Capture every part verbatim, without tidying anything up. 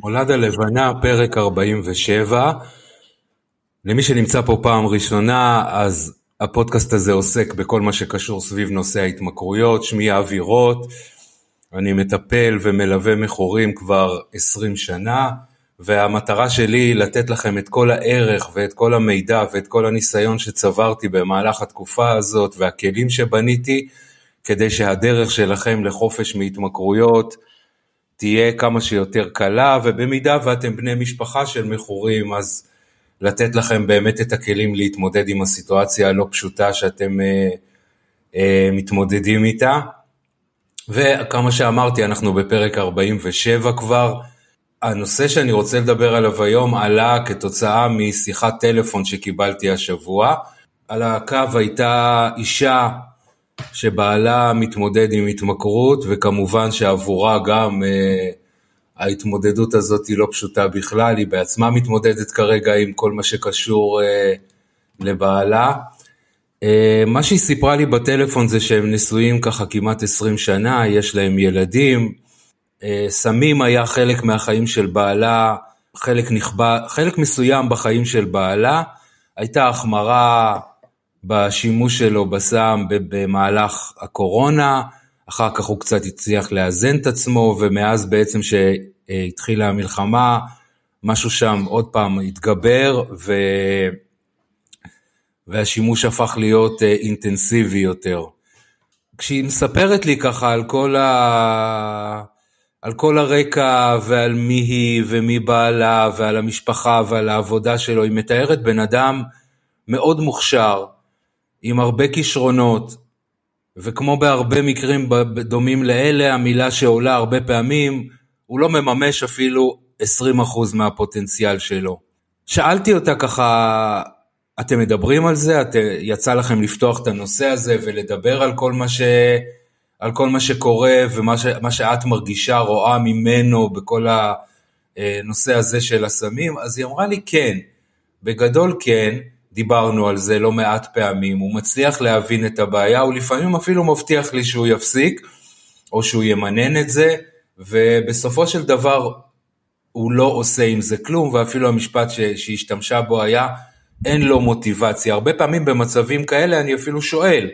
מולד הלבנה, פרק ארבעים ושבע. למי שנמצא פה פעם ראשונה, אז הפודקאסט הזה עוסק בכל מה שקשור סביב נושא ההתמכרויות. שמי אבי רוט, אני מטפל ומלווה מכורים כבר עשרים שנה, והמטרה שלי לתת לכם את כל הערך ואת כל המידע ואת כל הניסיון שצברתי במהלך התקופה הזאת והכלים שבניתי, כדי שהדרך שלכם לחופש מהתמכרויות תהיה כמה שיותר קלה, ובמידה ואתם בני משפחה של מכורים, אז לתת לכם באמת את הכלים להתמודד עם הסיטואציה הלא פשוטה שאתם אה, אה, מתמודדים איתה. וכמה שאמרתי, אנחנו בפרק ארבעים ושבע כבר. הנושא שאני רוצה לדבר עליו היום עלה כתוצאה משיחת טלפון שקיבלתי השבוע. על הקו הייתה אישה שבעלה מתמודד עם התמכרות, וכמובן שעבורה גם אה, ההתמודדות הזאת היא לא פשוטה בכלל, היא בעצמה מתמודדת כרגע עם כל מה שקשור אה, לבעלה. אה, מה שהיא סיפרה לי בטלפון זה שהם נשואים ככה כמעט עשרים שנה, יש להם ילדים, אה, סמים היה חלק מהחיים של בעלה, חלק, נכבה, חלק מסוים בחיים של בעלה, הייתה החמרה בשימוש שלו בסם במהלך הקורונה, אחר כך הוא קצת הצליח לאזן את עצמו, ומאז בעצם שהתחילה המלחמה, משהו שם עוד פעם התגבר, ו... והשימוש הפך להיות אינטנסיבי יותר. כשהיא מספרת לי ככה על כל, ה... על כל הרקע ועל מי היא ומי בעלה ועל המשפחה ועל העבודה שלו, היא מתארת בן אדם מאוד מוכשר, עם הרבה כישרונות, וכמו בהרבה מקרים דומים לאלה, המילה שעולה הרבה פעמים, הוא לא מממש אפילו עשרים אחוז מהפוטנציאל שלו. שאלתי אותה ככה, אתם מדברים על זה? את, יצא לכם לפתוח את הנושא הזה ולדבר על כל מה, ש, על כל מה שקורה, ומה ש, מה שאת מרגישה, רואה ממנו בכל הנושא הזה של הסמים? אז היא אמרה לי כן, בגדול כן, דיברנו על זה לא מעט פעמים, הוא מצליח להבין את הבעיה, הוא לפעמים אפילו מבטיח לי שהוא יפסיק, או שהוא ימנן את זה, ובסופו של דבר הוא לא עושה עם זה כלום, ואפילו המשפט שהשתמשה בו היה, אין לו מוטיבציה. הרבה פעמים במצבים כאלה אני אפילו שואל,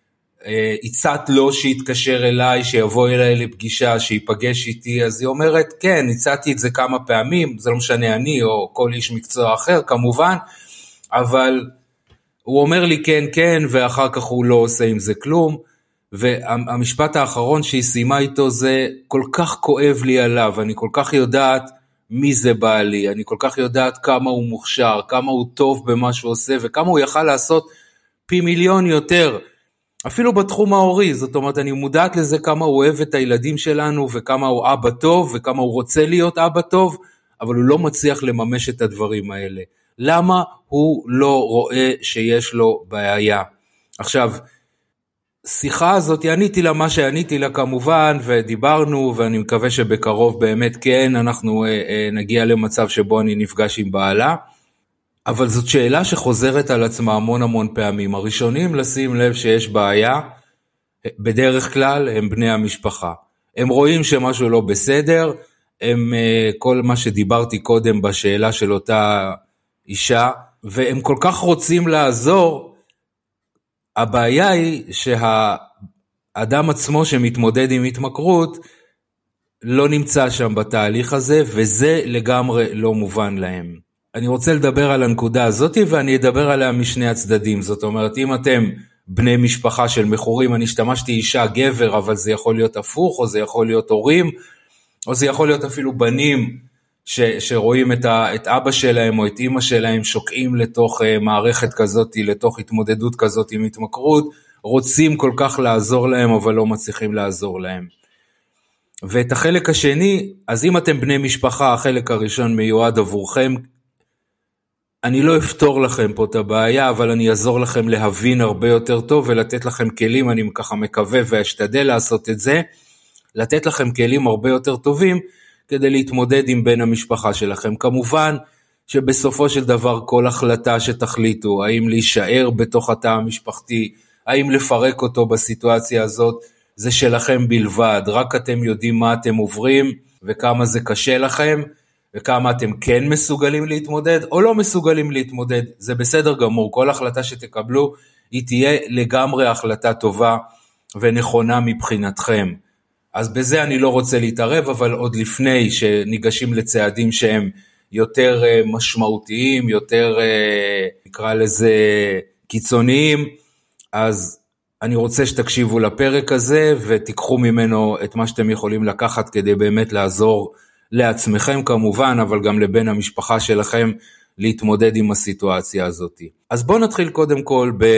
הצעת לו שיתקשר אליי, שיבוא אליי לפגישה, שיפגש איתי, אז היא אומרת, כן, הצעתי את זה כמה פעמים, זה לא משנה אני, או כל איש מקצוע אחר כמובן, אבל הוא אומר לי כן, כן, ואחר כך הוא לא עושה עם זה כלום, והמשפט האחרון שהיא סיימה איתו זה, כל כך כואב לי עליו, אני כל כך יודעת מי זה בעלי, אני כל כך יודעת כמה הוא מוכשר, כמה הוא טוב במה שהוא עושה, וכמה הוא יכל לעשות פי מיליון יותר, אפילו בתחום ההורי, זאת אומרת, אני מודעת לזה כמה הוא אוהב את הילדים שלנו, וכמה הוא אבא טוב, וכמה הוא רוצה להיות אבא טוב, אבל הוא לא מצליח לממש את הדברים האלה. למה הוא לא רואה שיש לו בעיה? עכשיו, שיחה הזאת, עניתי לה מה שעניתי לה כמובן, ודיברנו, ואני מקווה שבקרוב באמת כן, אנחנו אה, אה, נגיע למצב שבו אני נפגש עם בעלה, אבל זאת שאלה שחוזרת על עצמה המון המון פעמים. הראשונים לשים לב שיש בעיה, בדרך כלל הם בני המשפחה. הם רואים שמשהו לא בסדר, הם, אה, כל מה שדיברתי קודם בשאלה של אותה אישה, והם כל כך רוצים לעזור. הבעיה היא שהאדם עצמו שמתמודד עם התמכרות לא נמצא שם בתהליך הזה, וזה לגמרי לא מובן להם. אני רוצה לדבר על הנקודה הזאת, ואני אדבר עליה משני הצדדים. זאת אומרת, אם אתם בני משפחה של מכורים, אני השתמשתי אישה גבר, אבל זה יכול להיות הפוך, או זה יכול להיות הורים, או זה יכול להיות אפילו בנים, ש, שרואים את, ה, את אבא שלהם או את אמא שלהם שוקעים לתוך uh, מערכת כזאת, לתוך התמודדות כזאת עם התמכרות, רוצים כל כך לעזור להם, אבל לא מצליחים לעזור להם. ואת החלק השני, אז אם אתם בני משפחה, החלק הראשון מיועד עבורכם, אני לא אפתור לכם פה את הבעיה, אבל אני אעזור לכם להבין הרבה יותר טוב, ולתת לכם כלים, אני ככה מקווה ואשתדל לעשות את זה, לתת לכם כלים הרבה יותר טובים, כדי להתמודד עם בן המשפחה שלכם. כמובן שבסופו של דבר כל החלטה שתחליטו, האם להישאר בתוך התא המשפחתי, האם לפרק אותו בסיטואציה הזאת, זה שלכם בלבד, רק אתם יודעים מה אתם עוברים וכמה זה קשה לכם, וכמה אתם כן מסוגלים להתמודד, או לא מסוגלים להתמודד, זה בסדר גמור, כל החלטה שתקבלו, היא תהיה לגמרי החלטה טובה ונכונה מבחינתכם. אז בזה אני לא רוצה להתערב, אבל עוד לפני שניגשים לצעדים שהם יותר משמעותיים, יותר נקרא לזה קיצוניים, אז אני רוצה שתקשיבו לפרק הזה, ותיקחו ממנו את מה שאתם יכולים לקחת, כדי באמת לעזור לעצמכם כמובן, אבל גם לבן המשפחה שלכם, להתמודד עם הסיטואציה הזאת. אז בואו נתחיל קודם כל ב...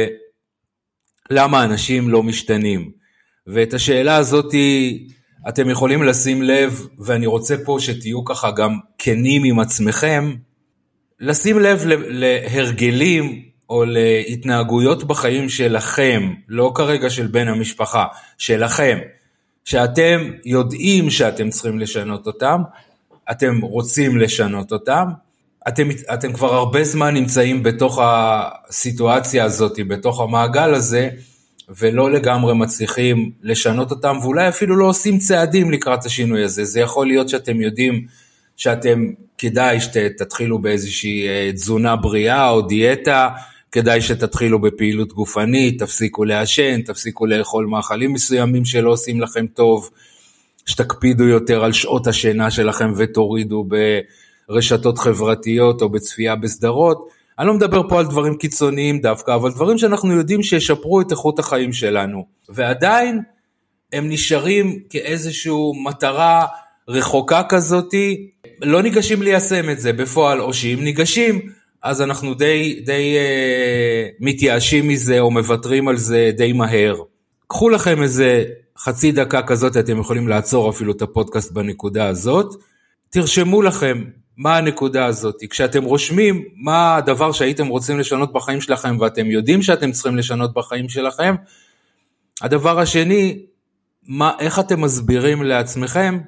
למה אנשים לא משתנים. ואת השאלה הזאת אתם יכולים לשים לב, ואני רוצה פה שתהיו ככה גם כנים עם עצמכם, לשים לב להרגלים או להתנהגויות בחיים שלכם, לא כרגע של בן המשפחה, שלכם, שאתם יודעים שאתם צריכים לשנות אותם, אתם רוצים לשנות אותם, אתם, אתם כבר הרבה זמן נמצאים בתוך הסיטואציה הזאת, בתוך המעגל הזה, ולא לגמרי מצליחים לשנות אותם, ואולי אפילו לא עושים צעדים לקראת השינוי הזה. זה יכול להיות שאתם יודעים שאתם כדאי שתתחילו באיזושהי תזונה בריאה או דיאטה, כדאי שתתחילו בפעילות גופנית, תפסיקו לעשן, תפסיקו לאכול מאכלים מסוימים שלא עושים לכם טוב, שתקפידו יותר על שעות השינה שלכם ותורידו ברשתות חברתיות או בצפייה בסדרות. אני לא מדבר פה על דברים קיצוניים דווקא, אבל דברים שאנחנו יודעים שישפרו את איכות החיים שלנו. ועדיין הם נשארים כאיזשהו מטרה רחוקה כזאת, לא ניגשים ליישם את זה בפועל, או שאם ניגשים, אז אנחנו די, די אה, מתייאשים מזה, או מוותרים על זה די מהר. קחו לכם איזה חצי דקה כזאת, אתם יכולים לעצור אפילו את הפודקאסט בנקודה הזאת, תרשמו לכם מה הנקודה הזאת, כשאתם רושמים מה הדבר שהייתם רוצים לשנות בחיים שלכם, ואתם יודעים שאתם צריכים לשנות בחיים שלכם, הדבר השני, מה, איך אתם מסבירים לעצמכם,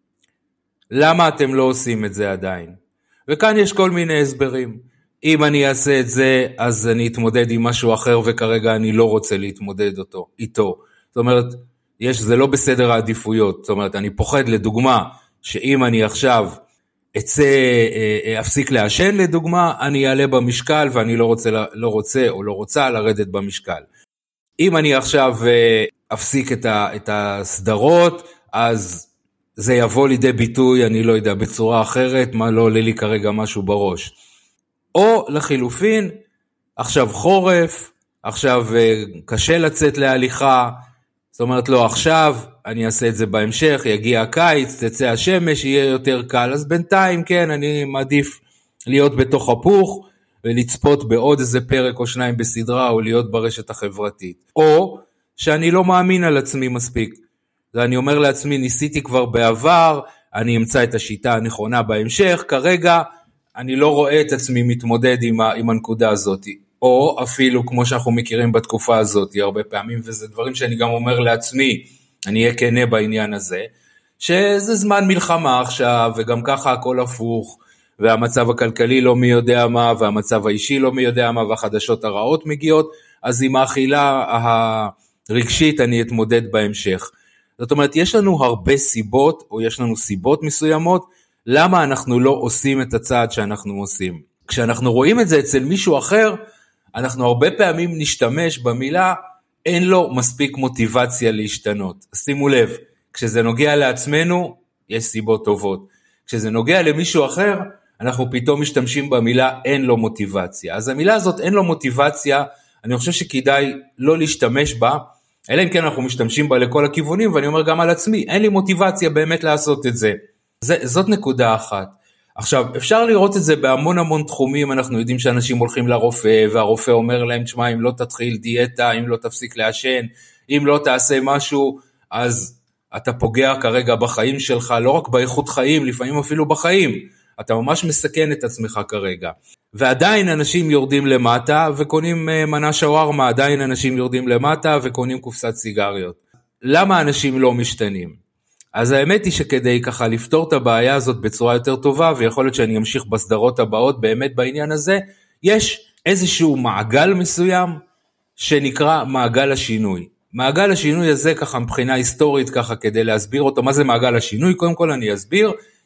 למה אתם לא עושים את זה עדיין. וכאן יש כל מיני הסברים. אם אני אעשה את זה, אז אני אתמודד עם משהו אחר, וכרגע אני לא רוצה להתמודד אותו, איתו. זאת אומרת, יש, זה לא בסדר העדיפויות. זאת אומרת, אני פוחד לדוגמה, שאם אני עכשיו אצא, אפסיק לעשן לדוגמה, אני אעלה במשקל, ואני לא רוצה, לא רוצה או לא רוצה לרדת במשקל. אם אני עכשיו אפסיק את, ה, את הסדרות, אז זה יבוא לידי ביטוי, אני לא יודע, בצורה אחרת, מה לא עולה לי כרגע משהו בראש. או לחילופין, עכשיו חורף, עכשיו קשה לצאת להליכה, זאת אומרת לא עכשיו, אני אעשה את זה בהמשך, יגיע הקיץ, תצא השמש, יהיה יותר קל, אז בינתיים כן, אני מעדיף להיות בתוך הפוך, ולצפות בעוד איזה פרק או שניים בסדרה, או להיות ברשת החברתית. או שאני לא מאמין על עצמי מספיק, ואני אומר לעצמי, ניסיתי כבר בעבר, אני אמצא את השיטה הנכונה בהמשך, כרגע אני לא רואה את עצמי מתמודד עם, ה, עם הנקודה הזאת, או אפילו כמו שאנחנו מכירים בתקופה הזאת, הרבה פעמים, וזה דברים שאני גם אומר לעצמי, אני אהיה כנה בעניין הזה, שזה זמן מלחמה עכשיו, וגם ככה הכל הפוך, והמצב הכלכלי לא מי יודע מה, והמצב האישי לא מי יודע מה, והחדשות הרעות מגיעות, אז עם האכילה הרגשית אני אתמודד בהמשך. זאת אומרת, יש לנו הרבה סיבות, או יש לנו סיבות מסוימות, למה אנחנו לא עושים את הצעד שאנחנו עושים. כשאנחנו רואים את זה אצל מישהו אחר, אנחנו הרבה פעמים נשתמש במילה, אין לו מספיק מוטיבציה להשתנות. שימו לב, כשזה נוגע לעצמנו, יש סיבות טובות. כשזה נוגע למישהו אחר, אנחנו פתאום משתמשים במילה, אין לו מוטיבציה. אז המילה הזאת, אין לו מוטיבציה, אני חושב שכדאי לא להשתמש בה, אלא אם כן אנחנו משתמשים בה לכל הכיוונים, ואני אומר גם על עצמי, אין לי מוטיבציה באמת לעשות את זה. זה, זאת נקודה אחת. עכשיו, אפשר לראות את זה בהמון המון תחומים, אנחנו יודעים שאנשים הולכים לרופא, והרופא אומר להם, תשמע, אם לא תתחיל דיאטה, אם לא תפסיק לעשן, אם לא תעשה משהו, אז אתה פוגע כרגע בחיים שלך, לא רק באיכות חיים, לפעמים אפילו בחיים, אתה ממש מסכן את עצמך כרגע. ועדיין אנשים יורדים למטה, וקונים מנה שווארמה, עדיין אנשים יורדים למטה, וקונים קופסת סיגריות. למה אנשים לא משתנים? אז האמת היא שכדי ככה לפתור את הבעיה הזאת בצורה יותר טובה, ויכול להיות שאני אמשיך בסדרות הבאות באמת בעניין הזה, יש איזשהו מעגל מסוים שנקרא מעגל השינוי. מעגל השינוי הזה ככה מבחינה היסטורית ככה כדי להסביר אותו, מה זה מעגל השינוי? קודם כל אני אסביר,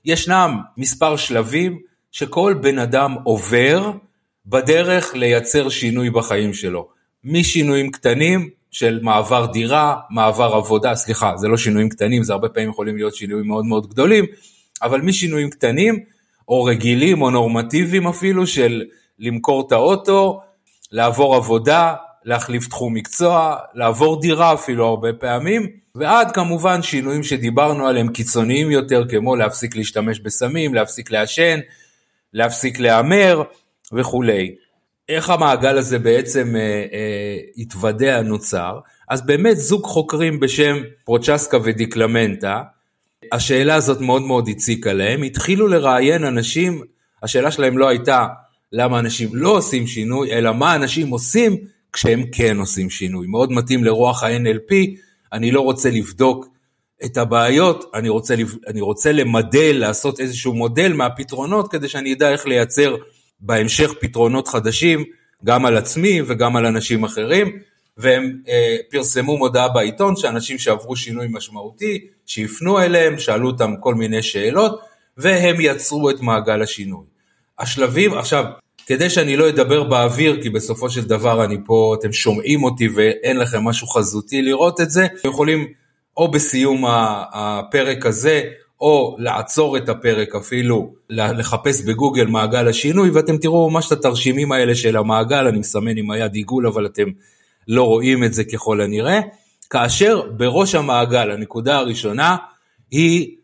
ישנם מספר שלבים שכל בן אדם עובר בדרך לייצר שינוי בחיים שלו. משינויים קטנים של מעבר דירה, מעבר עבודה, סליחה, זה לא שינויים קטנים, זה הרבה פעמים יכולים להיות שינויים מאוד מאוד גדולים, אבל משינויים קטנים, או רגילים או נורמטיביים אפילו, של למכור את האוטו, לעבור עבודה, להחליף תחום מקצוע, לעבור דירה אפילו הרבה פעמים, ועד כמובן שינויים שדיברנו עליהם קיצוניים יותר, כמו להפסיק להשתמש בסמים, להפסיק לעשן, להפסיק להמר וכו'. איך המעגל הזה בעצם אה, אה, התוודע נוצר? אז באמת זוג חוקרים בשם פרוצ'סקה ודיקלמנטה, השאלה הזאת מאוד מאוד הציקה להם, התחילו לראיין אנשים, השאלה שלהם לא הייתה למה אנשים לא עושים שינוי, אלא מה אנשים עושים כשהם כן עושים שינוי. מאוד מתאים לרוח ה-אן אל פי, אני לא רוצה לבדוק את הבעיות, אני רוצה, אני רוצה למדל, לעשות איזשהו מודל מהפתרונות, כדי שאני אדע איך לייצר בהמשך פתרונות חדשים, גם על עצמי וגם על אנשים אחרים, והם אה, פרסמו מודעה בעיתון, שאנשים שעברו שינוי משמעותי, שיפנו אליהם, שאלו אותם כל מיני שאלות, והם יצרו את מעגל השינוי. השלבים, עכשיו, כדי שאני לא אדבר באוויר, כי בסופו של דבר אני פה, אתם שומעים אותי ואין לכם משהו חזותי לראות את זה, אתם יכולים או בסיום הפרק הזה, או לעצור את הפרק אפילו, לחפש בגוגל מעגל השינוי, ואתם תראו ממש את התרשימים האלה של המעגל, אני מסמן עם היד עיגול, אבל אתם לא רואים את זה ככל הנראה, כאשר בראש המעגל, הנקודה הראשונה, היא,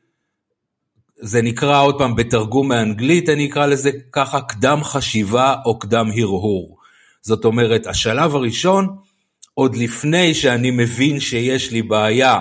זה נקרא עוד פעם בתרגום מאנגלית, אני אקרא לזה ככה, קדם חשיבה או קדם הרהור. זאת אומרת, השלב הראשון, עוד לפני שאני מבין שיש לי בעיה,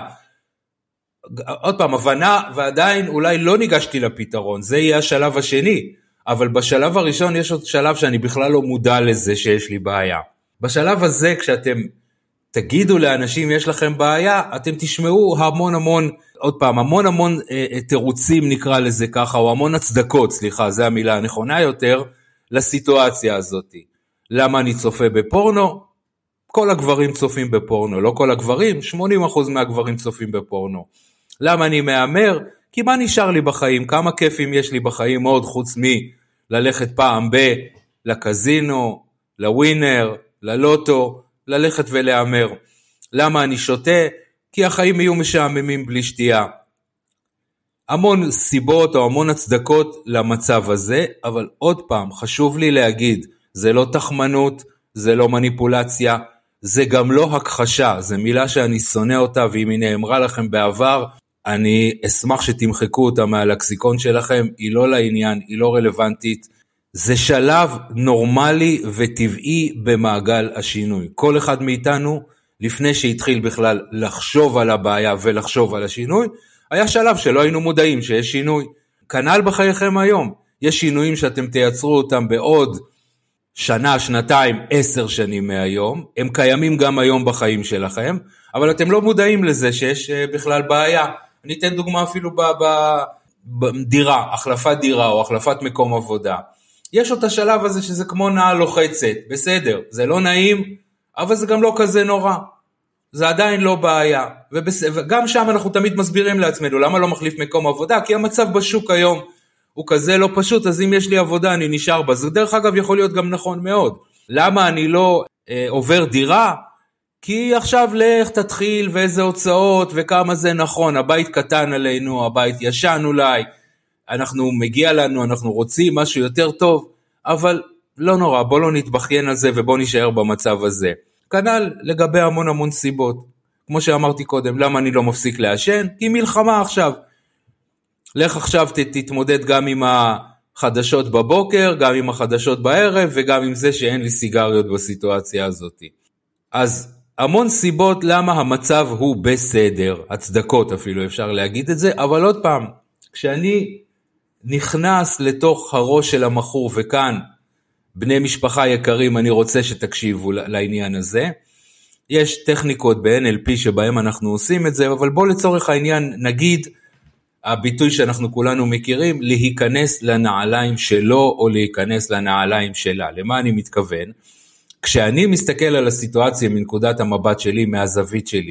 עוד פעם, הבנה, ועדיין אולי לא ניגשתי לפתרון, זה יהיה השלב השני, אבל בשלב הראשון יש עוד שלב שאני בכלל לא מודע לזה שיש לי בעיה. בשלב הזה, כשאתם תגידו לאנשים יש לכם בעיה, אתם תשמעו המון המון, עוד פעם, המון המון אה, תירוצים נקרא לזה ככה, או המון הצדקות, סליחה, זה המילה הנכונה יותר, לסיטואציה הזאת. למה אני צופה בפורנו? כל הגברים צופים בפורנו, לא כל הגברים, שמונים אחוז מהגברים צופים בפורנו. למה אני מאמר? כי מה נשאר לי בחיים? כמה כיפים יש לי בחיים עוד חוץ מללכת פעם ב, לקזינו, לווינר, ללוטו, ללכת ולאמר. למה אני שותה? כי החיים יהיו משעממים בלי שתייה. המון סיבות או המון הצדקות למצב הזה, אבל עוד פעם, חשוב לי להגיד, זה לא תחמנות, זה לא מניפולציה, זה גם לא הכחשה, זה מילה שאני שונא אותה, ואם היא נאמרה לכם בעבר, אני אשמח שתמחקו אותה מהלקסיקון שלכם, היא לא לעניין, היא לא רלוונטית, זה שלב נורמלי וטבעי במעגל השינוי. כל אחד מאיתנו, לפני שהתחיל בכלל לחשוב על הבעיה ולחשוב על השינוי, היה שלב שלא היינו מודעים שיש שינוי. כנ"ל בחייכם היום, יש שינויים שאתם תייצרו אותם בעוד שנה, שנתיים, עשר שנים מהיום, הם קיימים גם היום בחיים שלכם, אבל אתם לא מודעים לזה שיש בכלל בעיה. אני אתן דוגמה אפילו בדירה, החלפת דירה או החלפת מקום עבודה. יש את השלב הזה שזה כמו נעה לוחצת, בסדר, זה לא נעים, אבל זה גם לא כזה נורא. זה עדיין לא בעיה. ובס... וגם שם אנחנו תמיד מסבירים לעצמנו, למה לא מחליף מקום עבודה? כי המצב בשוק היום הוא כזה לא פשוט, אז אם יש לי עבודה אני נשאר בה. זה דרך אגב יכול להיות גם נכון מאוד. למה אני לא אה, עובר דירה? כי עכשיו לך תתחיל ואיזה הוצאות וכמה זה נכון, הבית קטן עלינו, הבית ישן אולי, אנחנו מגיע לנו, אנחנו רוצים משהו יותר טוב, אבל לא נורא, בוא לא נתבכיין על זה ובוא נשאר במצב הזה. כנ"ל לגבי המון המון סיבות. כמו שאמרתי קודם, למה אני לא מפסיק לעשן? כי מלחמה עכשיו. לך עכשיו תתמודד גם עם החדשות בבוקר, גם עם החדשות בערב, וגם עם זה שאין לי סיגריות בסיטואציה הזאת. אז המון סיבות למה המצב הוא בסדר, הצדקות אפילו אפשר להגיד את זה, אבל עוד פעם, כשאני נכנס לתוך הראש של המחור, וכאן בני משפחה יקרים, אני רוצה שתקשיבו לעניין הזה, יש טכניקות ב-אן אל פי שבהם אנחנו עושים את זה, אבל בוא לצורך העניין נגיד, הביטוי שאנחנו כולנו מכירים, להיכנס לנעליים שלו, או להיכנס לנעליים שלה. למה אני מתכוון? כשאני מסתכל על הסיטואציה מנקודת המבט שלי, מהזווית שלי,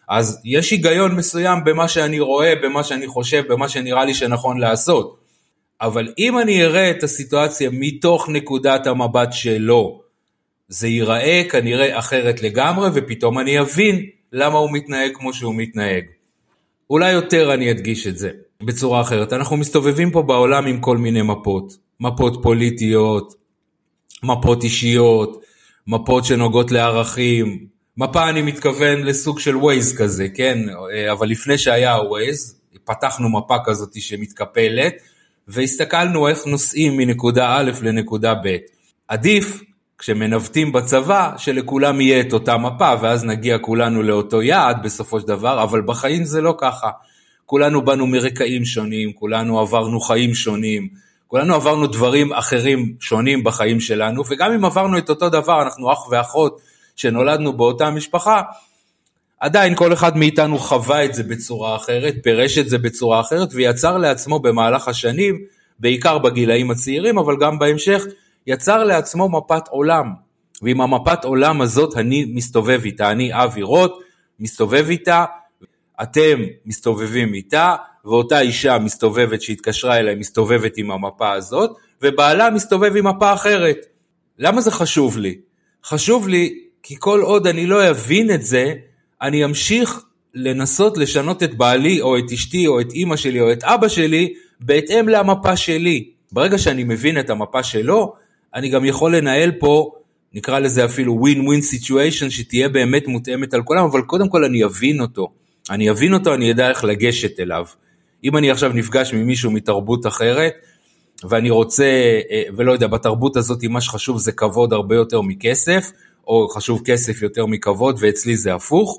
אז יש היגיון מסוים במה שאני רואה, במה שאני חושב, במה שנראה לי שנכון לעשות. אבל אם אני אראה את הסיטואציה מתוך נקודת המבט שלו, זה ייראה כנראה אחרת לגמרי, ופתאום אני אבין למה הוא מתנהג כמו שהוא מתנהג. אולי יותר אני אדגיש את זה בצורה אחרת. אנחנו מסתובבים פה בעולם עם כל מיני מפות, מפות פוליטיות, מפות אישיות, מפות שנוגעות לערכים. מפה אני מתכוון לסוג של ווייז כזה, כן? אבל לפני שהיה ווייז, פתחנו מפה כזאת שמתקפלת, והסתכלנו איך נוסעים מנקודה א' לנקודה ב'. עדיף כשמנווטים בצבא שלכולם יהיה את אותה מפה, ואז נגיע כולנו לאותו יעד בסופו של דבר, אבל בחיים זה לא ככה. כולנו באנו מרקעים שונים, כולנו עברנו חיים שונים, כולנו עברנו דברים אחרים שונים בחיים שלנו, וגם אם עברנו את אותו דבר, אנחנו אח ואחות שנולדנו באותה משפחה, עדיין כל אחד מאיתנו חווה את זה בצורה אחרת, פירש את זה בצורה אחרת, ויצר לעצמו במהלך השנים, בעיקר בגילאים הצעירים, אבל גם בהמשך, יצר לעצמו מפת עולם, ועם המפת עולם הזאת אני מסתובב איתה, אני אבי רוט, מסתובב איתה, אתם מסתובבים איתה, ואותה אישה מסתובבת שהתקשרה אליי, מסתובבת עם המפה הזאת, ובעלה מסתובב עם מפה אחרת. למה זה חשוב לי? חשוב לי, כי כל עוד אני לא אבין את זה, אני אמשיך לנסות לשנות את בעלי, או את אשתי, או את אמא שלי, או את אבא שלי, בהתאם למפה שלי. ברגע שאני מבין את המפה שלו, אני גם יכול לנהל פה, נקרא לזה אפילו win-win situation, שתהיה באמת מותאמת על כולם, אבל קודם כל אני אבין אותו. אני אבין אותו, אני יודע איך לגשת אליו. אם אני עכשיו נפגש ממישהו מתרבות אחרת, ואני רוצה, ולא יודע, בתרבות הזאת מה שחשוב זה כבוד הרבה יותר מכסף, או חשוב כסף יותר מכבוד, ואצלי זה הפוך,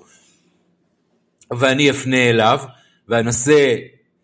ואני אפנה אליו, ואנסה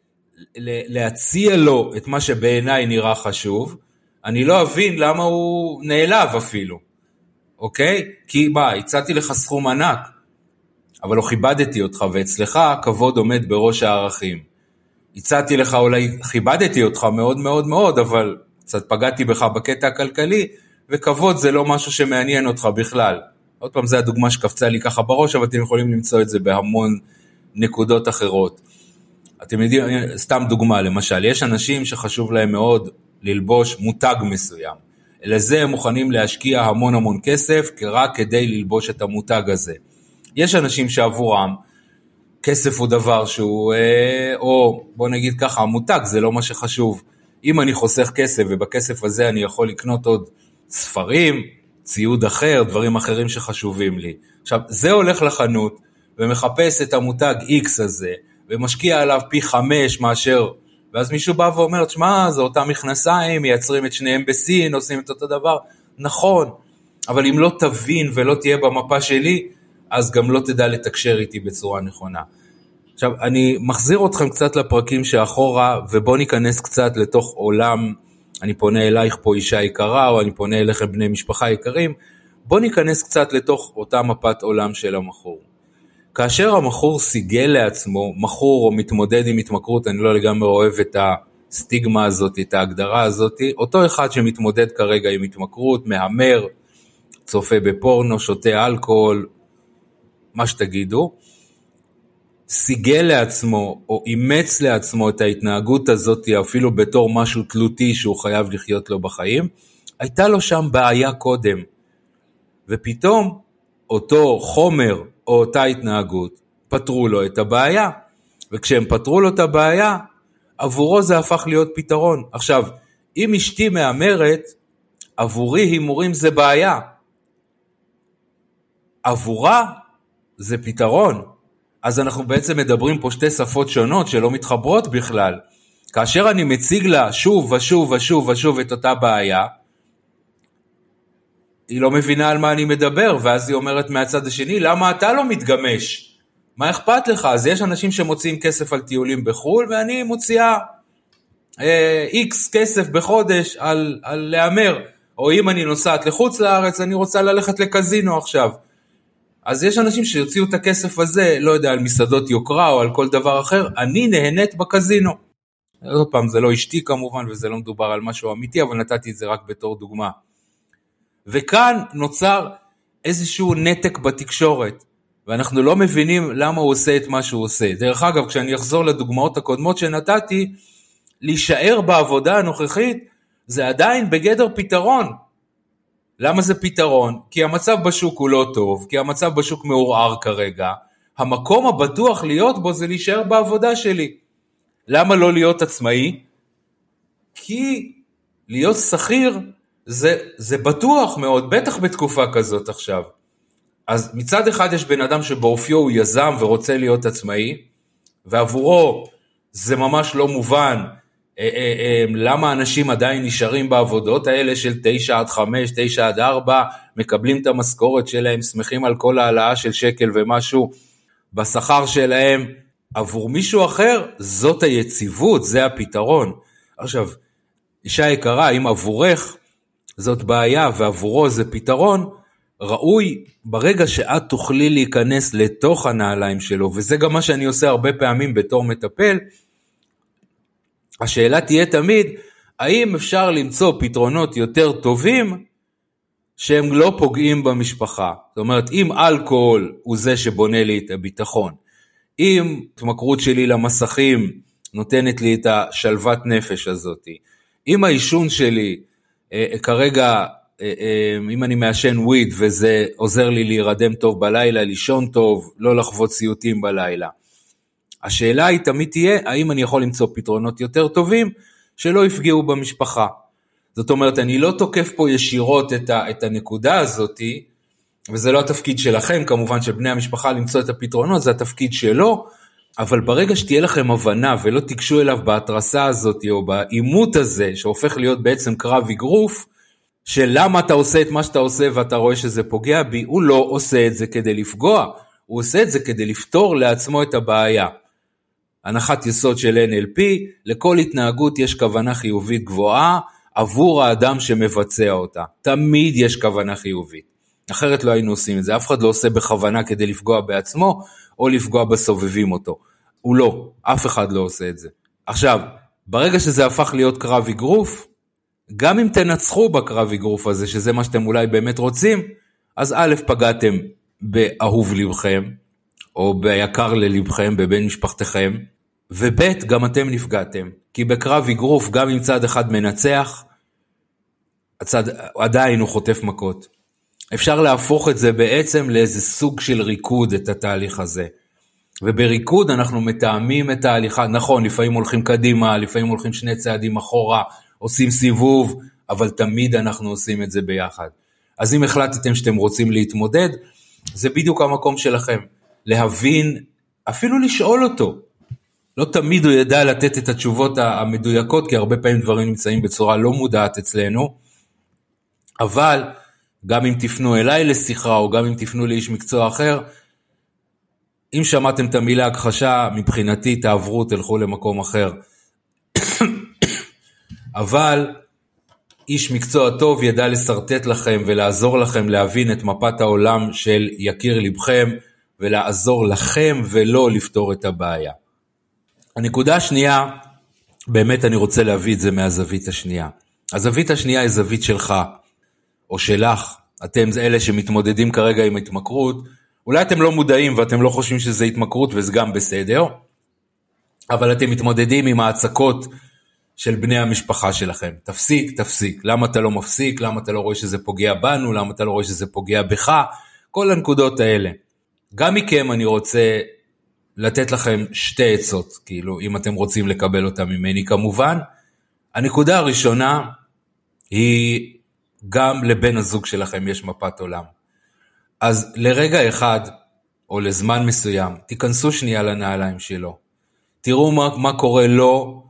להציע לו את מה שבעיניי נראה חשוב, אני לא אבין למה הוא נעלב אפילו, אוקיי? כי מה, הצעתי לך סכום ענק, אבל לא כיבדתי אותך, ואצלך הכבוד עומד בראש הערכים. הצעתי לך, אולי כיבדתי אותך מאוד מאוד מאוד, אבל קצת פגעתי בך בקטע הכלכלי, וכבוד זה לא משהו שמעניין אותך בכלל. עוד פעם, זה הדוגמה שקפצה לי ככה בראש, אבל אתם יכולים למצוא את זה בהמון נקודות אחרות. אתם יודעים, סתם דוגמה, למשל, יש אנשים שחשוב להם מאוד ללבוש מותג מסוים. לזה הם מוכנים להשקיע המון המון כסף, רק כדי ללבוש את המותג הזה. יש אנשים שעבורם, כסף הוא דבר שהוא, או בוא נגיד ככה, המותג זה לא מה שחשוב. אם אני חוסך כסף, ובכסף הזה אני יכול לקנות עוד ספרים, ציוד אחר, דברים אחרים שחשובים לי. עכשיו, זה הולך לחנות, ומחפש את המותג X הזה, ומשקיע עליו פי חמש מאשר, ואז מישהו בא ואומר, שמה, זה אותם מכנסיים, מייצרים את שניהם בסין, עושים את אותו דבר. נכון, אבל אם לא תבין ולא תהיה במפה שלי, אז גם לא תדע לתקשר איתי בצורה נכונה. עכשיו, אני מחזיר אתכם קצת לפרקים שאחורה, ובוא ניכנס קצת לתוך עולם, אני פונה אלייך פה אישה יקרה, או אני פונה אליכם בני משפחה יקרים, בוא ניכנס קצת לתוך אותה מפת עולם של המחור. כאשר המחור סיגל לעצמו, מחור או מתמודד עם התמכרות, אני לא לגמרי אוהב את הסטיגמה הזאת, את ההגדרה הזאת, אותו אחד שמתמודד כרגע עם התמכרות, מהמר, צופה בפורנו, שותה אלכוהול, מה שתגידו, סיגל לעצמו או אימץ לעצמו את ההתנהגות הזאת, אפילו בתור משהו תלותי שהוא חייב לחיות לו בחיים, הייתה לו שם בעיה קודם, ופתאום אותו חומר או אותה התנהגות פתרו לו את הבעיה, וכשהם פתרו לו את הבעיה, עבורו זה הפך להיות פתרון. עכשיו, אם אשתי מאמרת, עבורי הימורים זה בעיה, עבורה זה פתרון. אז אנחנו בעצם מדברים פה שתי שפות שונות שלא מתחברות בכלל. כאשר אני מציג לה שוב ושוב ושוב ושוב את אותה בעיה, היא לא מבינה על מה אני מדבר, ואז היא אומרת מהצד השני, למה אתה לא מתגמש? מה אכפת לך? אז יש אנשים שמוציאים כסף על טיולים בחול, ואני מוציאה אה, איקס כסף בחודש על, על להמר. או אם אני נוסעת לחוץ לארץ, אני רוצה ללכת לקזינו עכשיו. אז יש אנשים שיוציאו את הכסף הזה, לא יודע, על מסעדות יוקרה או על כל דבר אחר, אני נהנית בקזינו. עוד פעם, זה לא אשתי כמובן, וזה לא מדובר על משהו אמיתי, אבל נתתי את זה רק בתור דוגמה. וכאן נוצר איזשהו נתק בתקשורת. ואנחנו לא מבינים למה הוא עושה את מה שהוא עושה. דרך אגב, כשאני אחזור לדוגמאות הקודמות שנתתי, להישאר בעבודה הנוכחית, זה עדיין בגדר פתרון. למה זה פתרון? כי המצב בשוק הוא לא טוב, כי המצב בשוק מעורער כרגע, המקום הבטוח להיות בו זה להישאר בעבודה שלי. למה לא להיות עצמאי? כי להיות שכיר זה, זה בטוח מאוד, בטח בתקופה כזאת עכשיו. אז מצד אחד יש בן אדם שבאופיו הוא יזם ורוצה להיות עצמאי, ועבורו זה ממש לא מובן, אה, אה, אה, למה אנשים עדיין נשארים בעבודות האלה של תשע עד חמש, תשע עד ארבע, מקבלים את המשכורת שלהם, שמחים על כל העלאה של שקל ומשהו בשכר שלהם, עבור מישהו אחר זאת היציבות, זה הפתרון. עכשיו, אישה יקרה, אם עבורך זאת בעיה ועבורו זה פתרון, ראוי ברגע שאת תוכלי להיכנס לתוך הנעליים שלו, וזה גם מה שאני עושה הרבה פעמים בתור מטפל, השאלה תהיה תמיד, האם אפשר למצוא פתרונות יותר טובים, שהם לא פוגעים במשפחה. זאת אומרת, אם אלכוהול הוא זה שבונה לי את הביטחון, אם התמכרות שלי למסכים נותנת לי את השלוות נפש הזאת, אם האישון שלי אה, כרגע, אה, אה, אם אני מאשן וויד וזה עוזר לי להירדם טוב בלילה, לישון טוב, לא לחוות סיוטים בלילה, השאלה היא תמיד תהיה, האם אני יכול למצוא פתרונות יותר טובים שלא יפגעו במשפחה. זאת אומרת, אני לא תוקף פה ישירות את, ה, את הנקודה הזאת, וזה לא התפקיד שלכם, כמובן שבני המשפחה למצוא את הפתרונות, זה התפקיד שלו, אבל ברגע שתהיה לכם הבנה ולא תיגשו אליו בהתרסה הזאת או באימות הזה, שהופך להיות בעצם קרב אגרוף, של למה אתה עושה את מה שאתה עושה ואתה רואה שזה פוגע בי, הוא לא עושה את זה כדי לפגוע, הוא עושה את זה כדי לפתור לעצמו את הבעיה. הנחת יסוד של אן אל פי, לכל התנהגות יש כוונה חיובית גבוהה, עבור האדם שמבצע אותה. תמיד יש כוונה חיובית. אחרת לא היינו עושים את זה. אף אחד לא עושה בכוונה כדי לפגוע בעצמו, או לפגוע בסובבים אותו. הוא לא. אף אחד לא עושה את זה. עכשיו, ברגע שזה הפך להיות קרב אגרוף, גם אם תנצחו בקרב אגרוף הזה, שזה מה שאתם אולי באמת רוצים, אז א', פגעתם באהוב לבכם, או ביקר ללבכם, בבן משפחתכם, וב' גם אתם נפגעתם, כי בקרב אגרוף, גם אם צד אחד מנצח, הצד עדיין הוא חוטף מכות. אפשר להפוך את זה בעצם לאיזה סוג של ריקוד, את התהליך הזה. ובריקוד אנחנו מתאמים את ההליכה, נכון, לפעמים הולכים קדימה, לפעמים הולכים שני צעדים אחורה, עושים סיבוב, אבל תמיד אנחנו עושים את זה ביחד. אז אם החלטתם שאתם רוצים להתמודד, זה בדיוק המקום שלכם. להבין, אפילו לשאול אותו. לא תמיד הוא ידע לתת את התשובות המדויקות, כי הרבה פעמים דברים נמצאים בצורה לא מודעת אצלנו, אבל גם אם תפנו אליי לשיחה, או גם אם תפנו לאיש מקצוע אחר, אם שמעתם את המילה הכחשה, מבחינתי תעברו, תלכו למקום אחר. אבל איש מקצוע טוב ידע לסרטט לכם ולעזור לכם להבין את מפת העולם של יקיר לבכם, ולעזור לכם ולא לפתור את הבעיה. הנקודה השנייה, באמת אני רוצה להביא את זה מהזווית השנייה. הזווית השנייה היא זווית שלך, או שלך. אתם אלה שמתמודדים כרגע עם התמכרות, אולי אתם לא מודעים ואתם לא חושבים שזה התמכרות וזה גם בסדר, אבל אתם מתמודדים עם ההצקות של בני המשפחה שלכם. תפסיק, תפסיק. למה אתה לא מפסיק? למה אתה לא רואה שזה פוגע בנו? למה אתה לא רואה שזה פוגע בך? כל הנקודות האלה. גם מכם אני רוצה לתת לכם שתי עצות, כאילו, אם אתם רוצים לקבל אותם ממני כמובן. הנקודה הראשונה היא גם לבן הזוג שלכם יש מפת עולם. אז לרגע אחד, או לזמן מסוים, תיכנסו שנייה לנעליים שלו. תראו מה, מה קורה לו,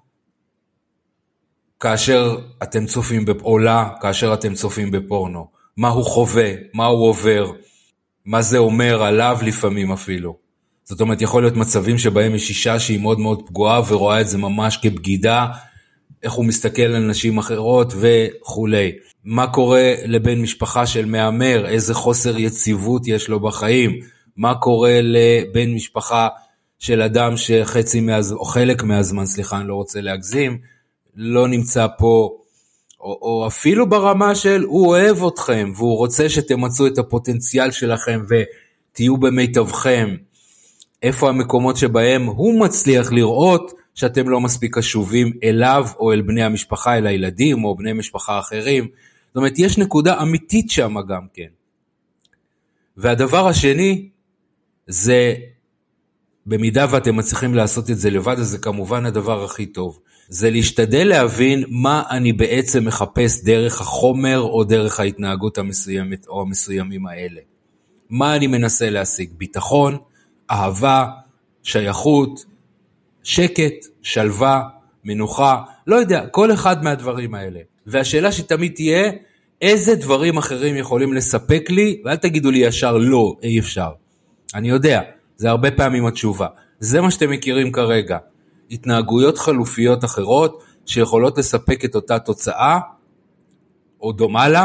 כאשר אתם צופים בעולה, כאשר אתם צופים בפורנו. מה הוא חווה, מה הוא עובר, מה זה אומר עליו לפעמים אפילו. זאת אומרת, יכול להיות מצבים שבהם יש אישה שהיא מאוד מאוד פגועה, ורואה את זה ממש כבגידה, איך הוא מסתכל על נשים אחרות וכו'. מה קורה לבן משפחה של מאמר, איזה חוסר יציבות יש לו בחיים, מה קורה לבן משפחה של אדם שחצי מהזמן, או חלק מהזמן, סליחה, אני לא רוצה להגזים, לא נמצא פה, או, או אפילו ברמה של הוא אוהב אתכם, והוא רוצה שתמצאו את הפוטנציאל שלכם, תהיו במיטבכם, איפה המקומות שבהם הוא מצליח לראות שאתם לא מספיק קשובים אליו או אל בני המשפחה, אל הילדים או בני משפחה אחרים. זאת אומרת, יש נקודה אמיתית שם גם כן. והדבר השני, זה במידה ואתם מצליחים לעשות את זה לבד, אז זה כמובן הדבר הכי טוב. זה להשתדל להבין מה אני בעצם מחפש דרך החומר או דרך ההתנהגות המסוימת או המסוימים האלה. מה אני מנסה להשיג? ביטחון, אהבה, שייכות, שקט, שלווה, מנוחה, לא יודע, כל אחד מהדברים האלה. והשאלה שתמיד תהיה, איזה דברים אחרים יכולים לספק לי, ואל תגידו לי ישר לא, אי אפשר. אני יודע, זה הרבה פעמים התשובה. זה מה שאתם מכירים כרגע. התנהגויות חלופיות אחרות, שיכולות לספק את אותה תוצאה, או דומה לה,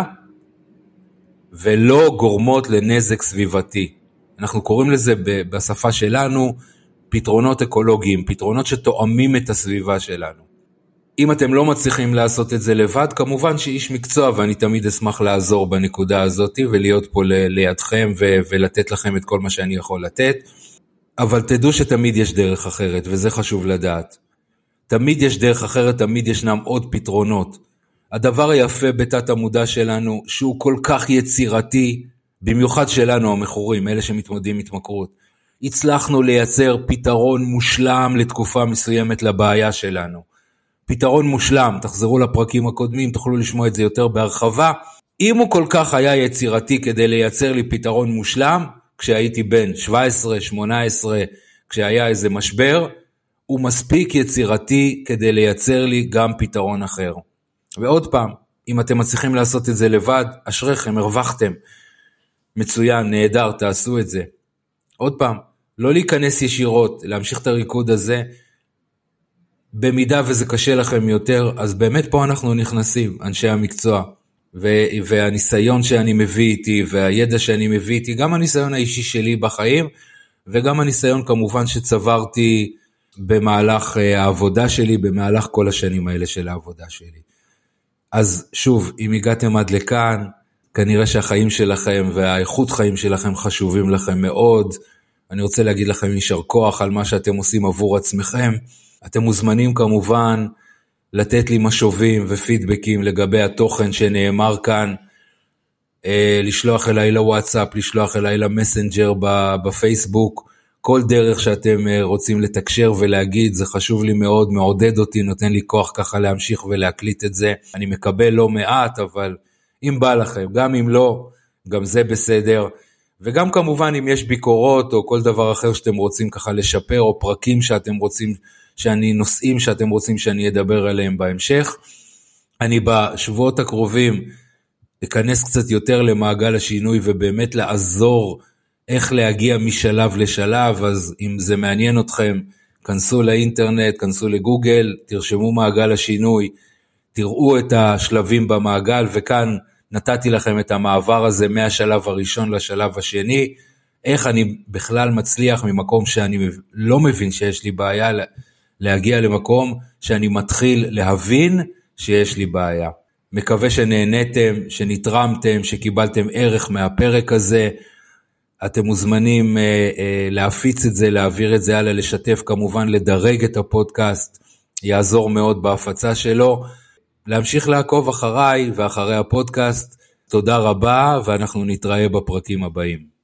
ולא גורמות לנזק סביבתי. אנחנו קוראים לזה בשפה שלנו, פתרונות אקולוגיים, פתרונות שתואמים את הסביבה שלנו. אם אתם לא מצליחים לעשות את זה לבד, כמובן שאיש מקצוע, ואני תמיד אשמח לעזור בנקודה הזאת, ולהיות פה לידכם, ו- ולתת לכם את כל מה שאני יכול לתת, אבל תדעו שתמיד יש דרך אחרת, וזה חשוב לדעת. תמיד יש דרך אחרת, תמיד ישנם עוד פתרונות. הדבר היפה בתת המודע שלנו, שהוא כל כך יצירתי, במיוחד שלנו המכורים, אלה שמתמודדים התמכרות, הצלחנו לייצר פתרון מושלם לתקופה מסוימת לבעיה שלנו. פתרון מושלם, תחזרו לפרקים הקודמים, תוכלו לשמוע את זה יותר בהרחבה. אם הוא כל כך היה יצירתי כדי לייצר לי פתרון מושלם, כשהייתי בן שבע עשרה שמונה עשרה, כשהיה איזה משבר, הוא מספיק יצירתי כדי לייצר לי גם פתרון אחר. ועוד פעם, אם אתם מצליחים לעשות את זה לבד, אשריכם, הרווחתם. מצוין, נהדר, תעשו את זה. עוד פעם, לא להיכנס ישירות, להמשיך את הריקוד הזה, במידה וזה קשה לכם יותר, אז באמת פה אנחנו נכנסים, אנשי המקצוע, והניסיון שאני מביא איתי, והידע שאני מביא איתי, גם הניסיון האישי שלי בחיים, וגם הניסיון כמובן שצברתי במהלך העבודה שלי, במהלך כל השנים האלה של העבודה שלי. אז שוב, אם הגעתם עד לכאן, כנראה שהחיים שלכם והאיכות חיים שלכם חשובים לכם מאוד. אני רוצה להגיד לכם יישר כוח על מה שאתם עושים עבור עצמכם. אתם מוזמנים כמובן לתת לי משובים ופידבקים לגבי התוכן שנאמר כאן, לשלוח אליי לוואטסאפ, לשלוח אליי למסנג'ר בפייסבוק, כל דרך שאתם רוצים לתקשר ולהגיד, זה חשוב לי מאוד, מעודד אותי, נותן לי כוח ככה להמשיך ולהקליט את זה. אני מקבל לא מעט, אבל אם בא לכם, גם אם לא, גם זה בסדר. וגם כמובן אם יש ביקורות או כל דבר אחר שאתם רוצים ככה לשפר, או פרקים שאתם רוצים, שאני נושאים שאתם רוצים שאני אדבר עליהם בהמשך. אני בשבועות הקרובים אכנס קצת יותר למעגל השינוי ובאמת לעזור איך להגיע משלב לשלב. אז אם זה מעניין אתכם, כנסו לאינטרנט, כנסו לגוגל, תרשמו מעגל השינוי, תראו את השלבים במעגל, וכאן נתתי לכם את המעבר הזה מהשלב הראשון לשלב השני, איך אני בכלל מצליח ממקום שאני לא מבין שיש לי בעיה, להגיע למקום שאני מתחיל להבין שיש לי בעיה. מקווה שנהניתם, שנתרמתם, שקיבלתם ערך מהפרק הזה. אתם מוזמנים אה, אה, להפיץ את זה, להעביר את זה הלאה, לשתף כמובן, לדרג את הפודקאסט, יעזור מאוד בהפצה שלו. להמשיך לעקוב אחריי ואחרי הפודקאסט. תודה רבה, ואנחנו נתראה בפרקים הבאים.